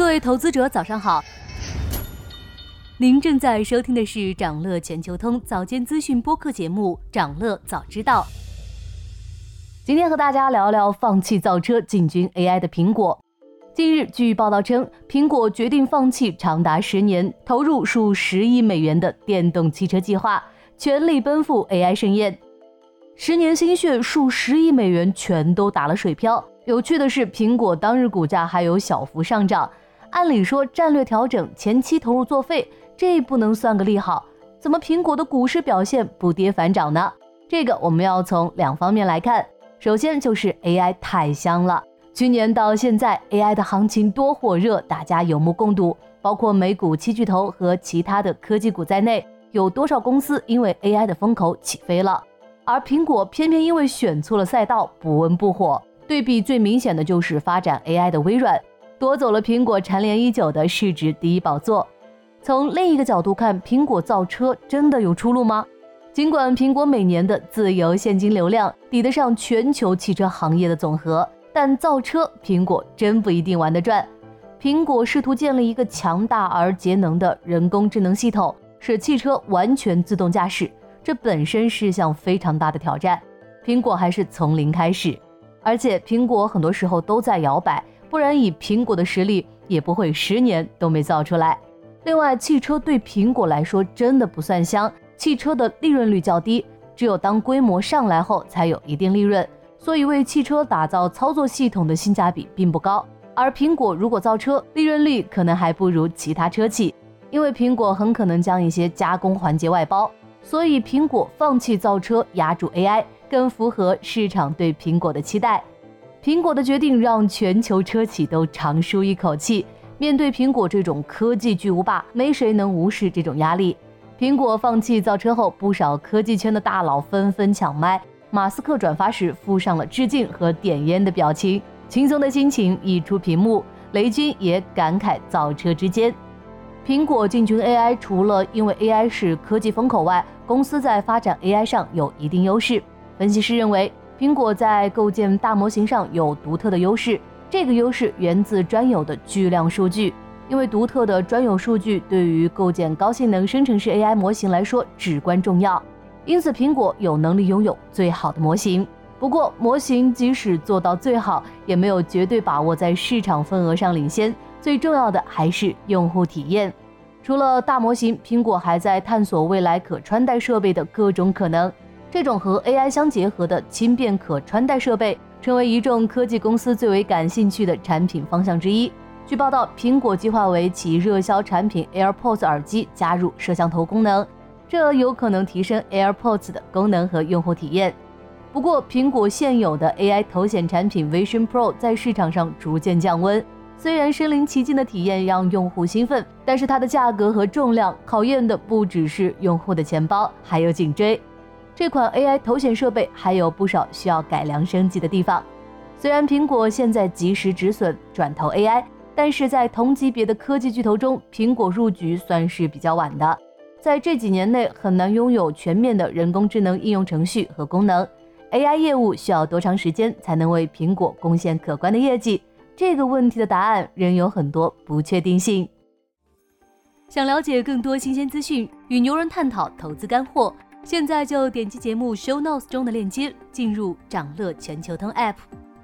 各位投资者早上好，您正在收听的是长乐全球通早间资讯播客节目长乐早知道。今天和大家聊聊放弃造车进军 AI 的苹果。近日据报道称，苹果决定放弃长达10年投入数10亿美元的电动汽车计划，全力奔赴 AI 盛宴。10年心血数10亿美元全都打了水漂。有趣的是，苹果当日股价还有小幅上涨。按理说战略调整前期投入作废，这不能算个利好，怎么苹果的股市表现不跌反涨呢？这个我们要从2方面来看。首先就是 AI 太香了，去年到现在 AI 的行情多火热，大家有目共睹，包括美股7巨头和其他的科技股在内，有多少公司因为 AI 的风口起飞了，而苹果偏偏因为选错了赛道不温不火。对比最明显的就是发展 AI 的微软，夺走了苹果蝉联已久的市值第一宝座。从另一个角度看，苹果造车真的有出路吗？尽管苹果每年的自由现金流量抵得上全球汽车行业的总和，但造车苹果真不一定玩得转。苹果试图建立一个强大而节能的人工智能系统，使汽车完全自动驾驶，这本身是项非常大的挑战。苹果还是从零开始，而且苹果很多时候都在摇摆，不然以苹果的实力也不会10年都没造出来。另外，汽车对苹果来说真的不算香，汽车的利润率较低，只有当规模上来后才有一定利润，所以为汽车打造操作系统的性价比并不高。而苹果如果造车，利润率可能还不如其他车企，因为苹果很可能将一些加工环节外包，所以苹果放弃造车压住 AI， 更符合市场对苹果的期待。苹果的决定让全球车企都长舒一口气，面对苹果这种科技巨无霸，没谁能无视这种压力。苹果放弃造车后，不少科技圈的大佬纷纷抢麦，马斯克转发时附上了致敬和点烟的表情，轻松的心情一出屏幕，雷军也感慨造车之间。苹果进军 AI 除了因为 AI 是科技风口外，公司在发展 AI 上有一定优势。分析师认为，苹果在构建大模型上有独特的优势，这个优势源自专有的巨量数据，因为独特的专有数据对于构建高性能生成式 AI 模型来说至关重要，因此苹果有能力拥有最好的模型。不过模型即使做到最好，也没有绝对把握在市场份额上领先，最重要的还是用户体验。除了大模型，苹果还在探索未来可穿戴设备的各种可能，这种和 AI 相结合的轻便可穿戴设备成为一众科技公司最为感兴趣的产品方向之一。据报道，苹果计划为其热销产品 AirPods 耳机加入摄像头功能，这有可能提升 AirPods 的功能和用户体验。不过，苹果现有的 AI 头显产品 Vision Pro 在市场上逐渐降温，虽然身临其境的体验让用户兴奋，但是它的价格和重量考验的不只是用户的钱包，还有颈椎。这款 AI 头显设备还有不少需要改良升级的地方。虽然苹果现在及时止损转投 AI， 但是在同级别的科技巨头中，苹果入局算是比较晚的，在这几年内很难拥有全面的人工智能应用程序和功能。AI 业务需要多长时间才能为苹果贡献可观的业绩？这个问题的答案仍有很多不确定性。想了解更多新鲜资讯，与牛人探讨投资干货，现在就点击节目 show notes 中的链接，进入长乐全球通 app。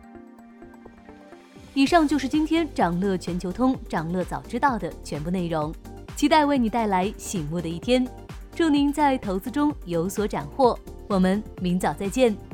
以上就是今天长乐全球通长乐早知道的全部内容，期待为你带来醒目的一天。祝您在投资中有所斩获，我们明早再见。